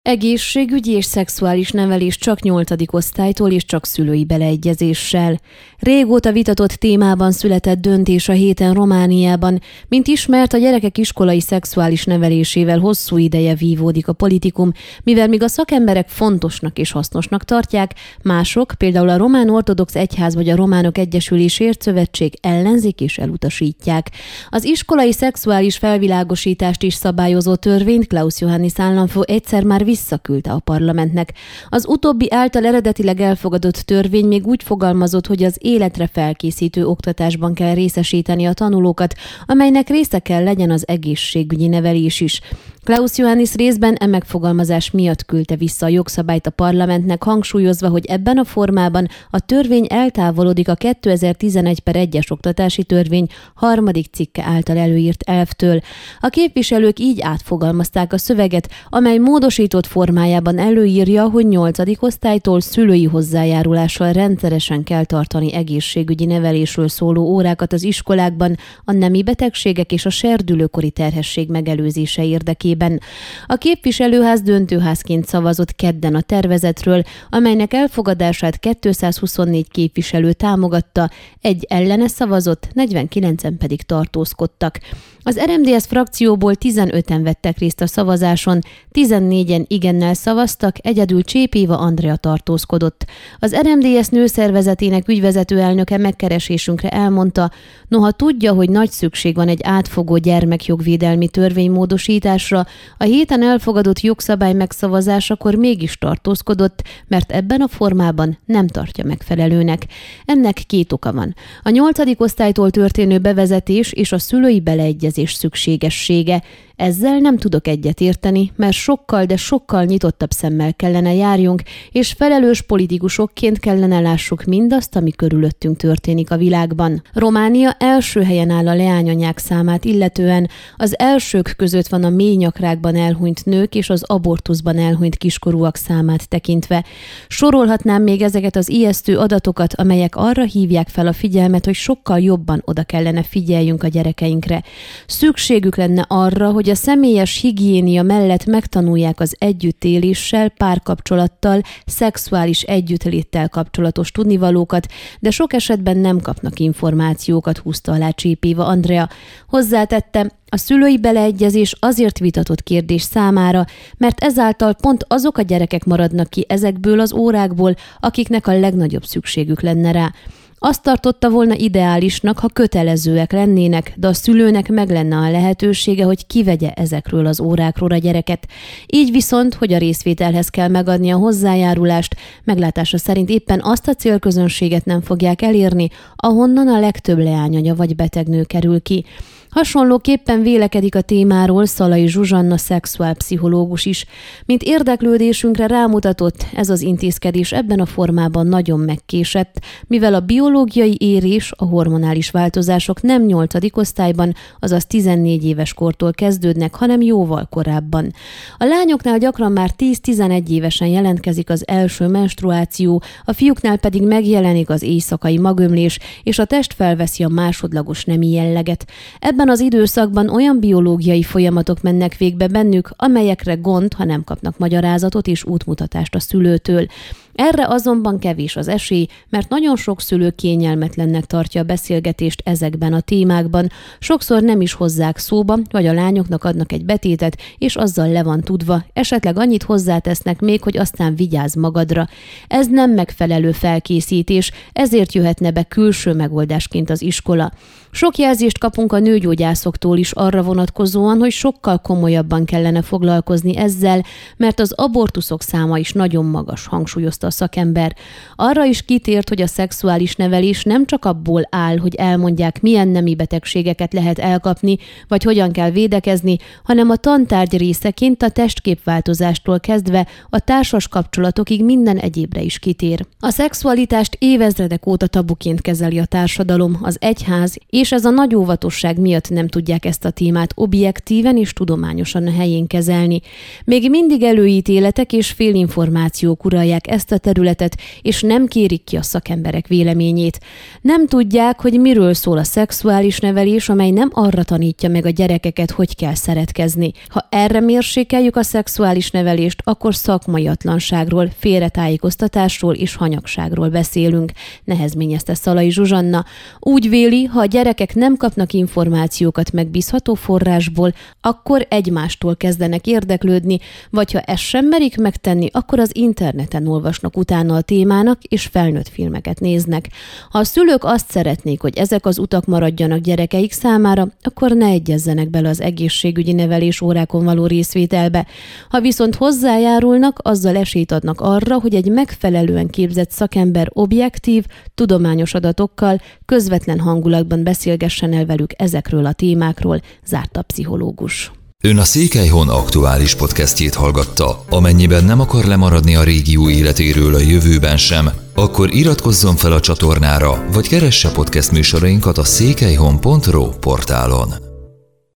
Egészségügyi és szexuális nevelés csak 8. osztálytól és csak szülői beleegyezéssel. Régóta vitatott témában született döntés a héten Romániában. Mint ismert, a gyerekek iskolai szexuális nevelésével hosszú ideje vívódik a politikum, mivel míg a szakemberek fontosnak és hasznosnak tartják, mások, például a Román Ortodox Egyház vagy a Románok Egyesülésért Szövetség ellenzik és elutasítják. Az iskolai szexuális felvilágosítást is szabályozó törvényt Klaus Johannis államfő egyszer már visszaküldte a parlamentnek. Az utóbbi által eredetileg elfogadott törvény még úgy fogalmazott, hogy az életre felkészítő oktatásban kell részesíteni a tanulókat, amelynek része kell legyen az egészségügyi nevelés is. Klaus Johannis részben megfogalmazás miatt küldte vissza a jogszabályt a parlamentnek, hangsúlyozva, hogy ebben a formában a törvény eltávolodik a 2011/1-es oktatási törvény 3. cikke által előírt elvtől. A képviselők így átfogalmazták a szöveget, amely módosított formájában előírja, hogy 8. osztálytól szülői hozzájárulással rendszeresen kell tartani egészségügyi nevelésről szóló órákat az iskolákban a nemi betegségek és a serdülőkori terhesség megelőzése érdekében. A képviselőház döntőházként szavazott kedden a tervezetről, amelynek elfogadását 224 képviselő támogatta, egy ellene szavazott, 49-en pedig tartózkodtak. Az RMDSZ frakcióból 15-en vettek részt a szavazáson, 14-en igennel szavaztak, egyedül Csép Éva Andrea tartózkodott. Az RMDSZ nőszervezetének ügyvezető elnöke megkeresésünkre elmondta, noha tudja, hogy nagy szükség van egy átfogó gyermekjogvédelmi törvénymódosításra, a héten elfogadott jogszabály megszavazásakor mégis tartózkodott, mert ebben a formában nem tartja megfelelőnek. Ennek 2 oka van. A 8. osztálytól történő bevezetés és a szülői beleegyezés szükségessége. Ezzel nem tudok egyetérteni, mert sokkal, de sokkal nyitottabb szemmel kellene járjunk, és felelős politikusokként kellene lássuk mindazt, ami körülöttünk történik a világban. Románia első helyen áll a leányanyák számát illetően, az elsők között van a mély nyakrákban elhunyt nők és az abortuszban elhunyt kiskorúak számát tekintve. Sorolhatnám még ezeket az ijesztő adatokat, amelyek arra hívják fel a figyelmet, hogy sokkal jobban oda kellene figyeljünk a gyerekeinkre. Szükségük lenne arra, hogy a személyes higiénia mellett megtanulják az együttéléssel, párkapcsolattal, szexuális együttléttel kapcsolatos tudnivalókat, de sok esetben nem kapnak információkat, húzta alá Csép Éva Andrea. Hozzátette, a szülői beleegyezés azért vitatott kérdés számára, mert ezáltal pont azok a gyerekek maradnak ki ezekből az órákból, akiknek a legnagyobb szükségük lenne rá. Azt tartotta volna ideálisnak, ha kötelezőek lennének, de a szülőnek meg lenne a lehetősége, hogy kivegye ezekről az órákról a gyereket. Így viszont, hogy a részvételhez kell megadni a hozzájárulást, meglátása szerint éppen azt a célközönséget nem fogják elérni, ahonnan a legtöbb leányanya vagy betegnő kerül ki. Hasonlóképpen vélekedik a témáról Szalai Zsuzsanna szexuálpszichológus is. Mint érdeklődésünkre rámutatott, ez az intézkedés ebben a formában nagyon megkésett, mivel a biológiai érés, a hormonális változások nem 8. osztályban, azaz 14 éves kortól kezdődnek, hanem jóval korábban. A lányoknál gyakran már 10-11 évesen jelentkezik az első menstruáció, a fiúknál pedig megjelenik az éjszakai magömlés, és a test felveszi a másodlagos nemi jelleget. Ebben az időszakban olyan biológiai folyamatok mennek végbe bennük, amelyekre gond, ha nem kapnak magyarázatot és útmutatást a szülőtől. Erre azonban kevés az esély, mert nagyon sok szülő kényelmetlennek tartja a beszélgetést ezekben a témákban. Sokszor nem is hozzák szóba, vagy a lányoknak adnak egy betétet, és azzal le van tudva, esetleg annyit hozzátesznek még, hogy aztán vigyázz magadra. Ez nem megfelelő felkészítés, ezért jöhetne be külső megoldásként az iskola. Sok jelzést kapunk a nőgyógyászoktól is arra vonatkozóan, hogy sokkal komolyabban kellene foglalkozni ezzel, mert az abortuszok száma is nagyon magas, hangsúlyozta a szakember. Arra is kitért, hogy a szexuális nevelés nem csak abból áll, hogy elmondják, milyen nemi betegségeket lehet elkapni, vagy hogyan kell védekezni, hanem a tantárgy részeként a testképváltozástól kezdve a társas kapcsolatokig minden egyébre is kitér. A szexualitást évezredek óta tabuként kezeli a társadalom, az egyház, és ez a nagy óvatosság miatt nem tudják ezt a témát objektíven és tudományosan a helyén kezelni. Még mindig előítéletek és félinformációk uralják ezt ezt a területet, és nem kérik ki a szakemberek véleményét. Nem tudják, hogy miről szól a szexuális nevelés, amely nem arra tanítja meg a gyerekeket, hogy kell szeretkezni. Ha erre mérsékeljük a szexuális nevelést, akkor szakmaiatlanságról, félretájékoztatásról és hanyagságról beszélünk, nehezményezte Szalai Zsuzsanna. Úgy véli, ha a gyerekek nem kapnak információkat megbízható forrásból, akkor egymástól kezdenek érdeklődni, vagy ha ezt sem merik megtenni, akkor az interneten olvasnak utána a témának, és felnőtt filmeket néznek. Ha a szülők azt szeretnék, hogy ezek az utak maradjanak gyerekeik számára, akkor ne egyezzenek bele az egészségügyi nevelés órákon való részvételbe. Ha viszont hozzájárulnak, azzal esélyt adnak arra, hogy egy megfelelően képzett szakember objektív, tudományos adatokkal, közvetlen hangulatban beszélgessen el velük ezekről a témákról, zárt a pszichológus. Ön a Székelyhon aktuális podcastjét hallgatta. Amennyiben nem akar lemaradni a régió életéről a jövőben sem, akkor iratkozzon fel a csatornára, vagy keresse podcast műsorainkat a székelyhon.ro portálon.